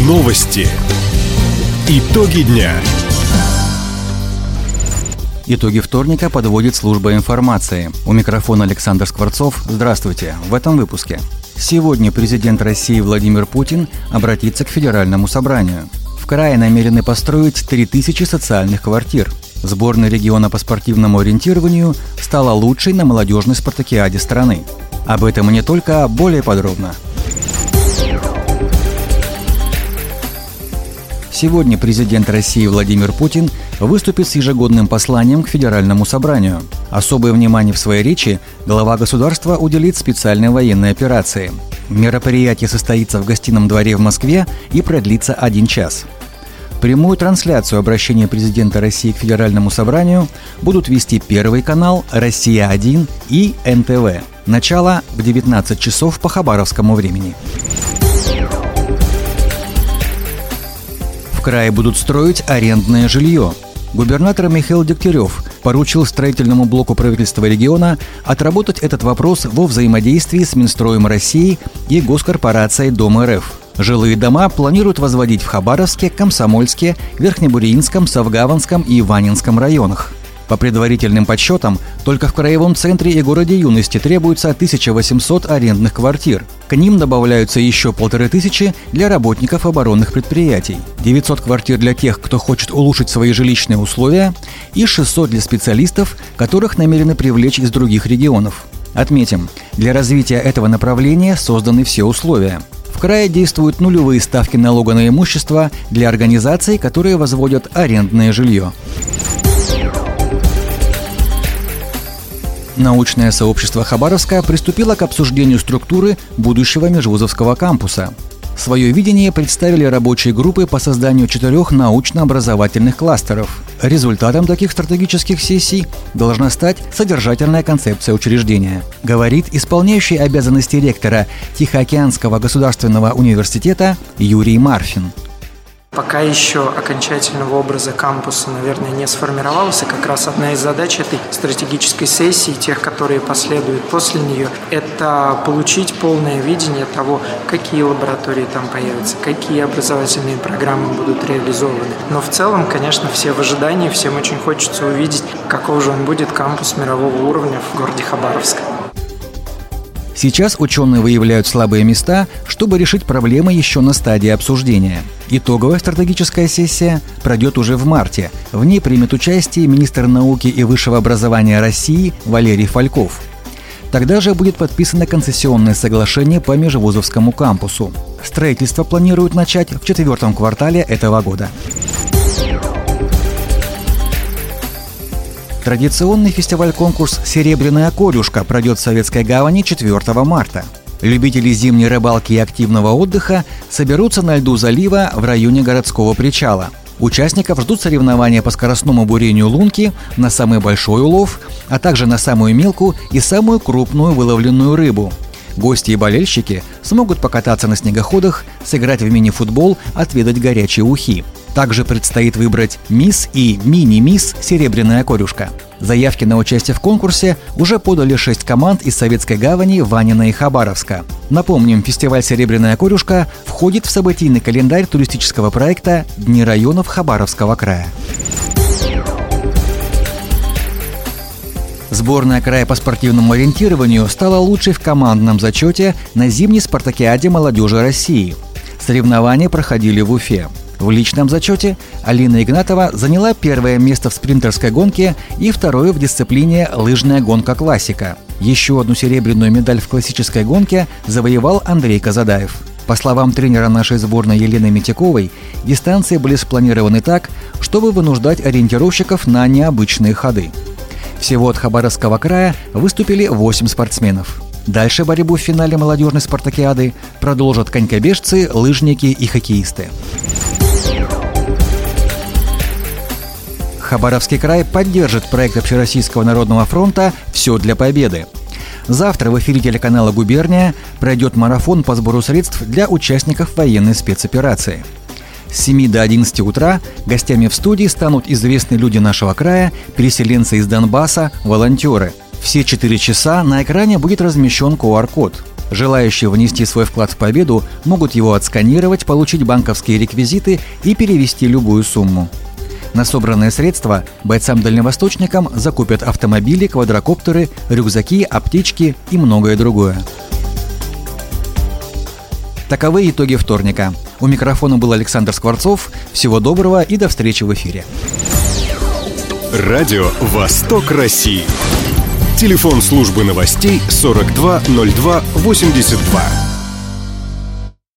Новости. Итоги дня. Итоги вторника подводит служба информации. У микрофона Александр Скворцов. Здравствуйте. В этом выпуске. Сегодня президент России Владимир Путин обратится к Федеральному собранию. В крае намерены построить 3000 социальных квартир. Сборная региона по спортивному ориентированию стала лучшей на молодежной спартакиаде страны. Об этом и не только, а более подробно. Сегодня президент России Владимир Путин выступит с ежегодным посланием к Федеральному собранию. Особое внимание в своей речи глава государства уделит специальной военной операции. Мероприятие состоится в Гостином дворе в Москве и продлится 1 час. Прямую трансляцию обращения президента России к Федеральному собранию будут вести Первый канал, Россия-1 и НТВ. Начало в 19 часов по хабаровскому времени. В крае будут строить арендное жилье. Губернатор Михаил Дегтярев поручил строительному блоку правительства региона отработать этот вопрос во взаимодействии с Минстроем России и госкорпорацией Дом РФ. Жилые дома планируют возводить в Хабаровске, Комсомольске, Верхнебурьинском, Савгаванском и Ванинском районах. По предварительным подсчетам, только в Краевом центре и городе Юности требуется 1800 арендных квартир. К ним добавляются еще 1500 для работников оборонных предприятий, 900 квартир для тех, кто хочет улучшить свои жилищные условия, и 600 для специалистов, которых намерены привлечь из других регионов. Отметим, для развития этого направления созданы все условия. В крае действуют нулевые ставки налога на имущество для организаций, которые возводят арендное жилье. Научное сообщество Хабаровска приступило к обсуждению структуры будущего межвузовского кампуса. Свое видение представили рабочие группы по созданию 4 научно-образовательных кластеров. Результатом таких стратегических сессий должна стать содержательная концепция учреждения, говорит исполняющий обязанности ректора Тихоокеанского государственного университета Юрий Марфин. Пока еще окончательного образа кампуса, наверное, не сформировался. Как раз одна из задач этой стратегической сессии, тех, которые последуют после нее, это получить полное видение того, какие лаборатории там появятся, какие образовательные программы будут реализованы. Но в целом, конечно, все в ожидании, всем очень хочется увидеть, каков же он будет кампус мирового уровня в городе Хабаровск. Сейчас ученые выявляют слабые места, чтобы решить проблемы еще на стадии обсуждения. Итоговая стратегическая сессия пройдет уже в марте. В ней примет участие министр науки и высшего образования России Валерий Фальков. Тогда же будет подписано концессионное соглашение по межвузовскому кампусу. Строительство планируют начать в 4-м квартале этого года. Традиционный фестиваль-конкурс «Серебряная корюшка» пройдет в Советской гавани 4 марта. Любители зимней рыбалки и активного отдыха соберутся на льду залива в районе городского причала. Участников ждут соревнования по скоростному бурению лунки на самый большой улов, а также на самую мелкую и самую крупную выловленную рыбу. Гости и болельщики смогут покататься на снегоходах, сыграть в мини-футбол, отведать горячие ухи. Также предстоит выбрать мисс и мини-мисс «Серебряная корюшка». Заявки на участие в конкурсе уже подали 6 команд из Советской гавани, Ванина и Хабаровска. Напомним, фестиваль «Серебряная корюшка» входит в событийный календарь туристического проекта «Дни районов Хабаровского края». Сборная края по спортивному ориентированию стала лучшей в командном зачете на зимней спартакиаде молодежи России. Соревнования проходили в Уфе. В личном зачете Алина Игнатова заняла 1 место в спринтерской гонке и 2 в дисциплине лыжная гонка классика. Еще одну серебряную медаль в классической гонке завоевал Андрей Казадаев. По словам тренера нашей сборной Елены Митяковой, дистанции были спланированы так, чтобы вынуждать ориентировщиков на необычные ходы. Всего от Хабаровского края выступили 8 спортсменов. Дальше борьбу в финале молодежной спартакиады продолжат конькобежцы, лыжники и хоккеисты. Хабаровский край поддержит проект Общероссийского народного фронта «Все для победы». Завтра в эфире телеканала «Губерния» пройдет марафон по сбору средств для участников военной спецоперации. С 7 до 11 утра гостями в студии станут известные люди нашего края, переселенцы из Донбасса, волонтеры. Все 4 часа на экране будет размещен QR-код. Желающие внести свой вклад в победу могут его отсканировать, получить банковские реквизиты и перевести любую сумму. На собранные средства бойцам-дальневосточникам закупят автомобили, квадрокоптеры, рюкзаки, аптечки и многое другое. Таковы итоги вторника. У микрофона был Александр Скворцов. Всего доброго и до встречи в эфире. Радио «Восток России». Телефон службы новостей 420282.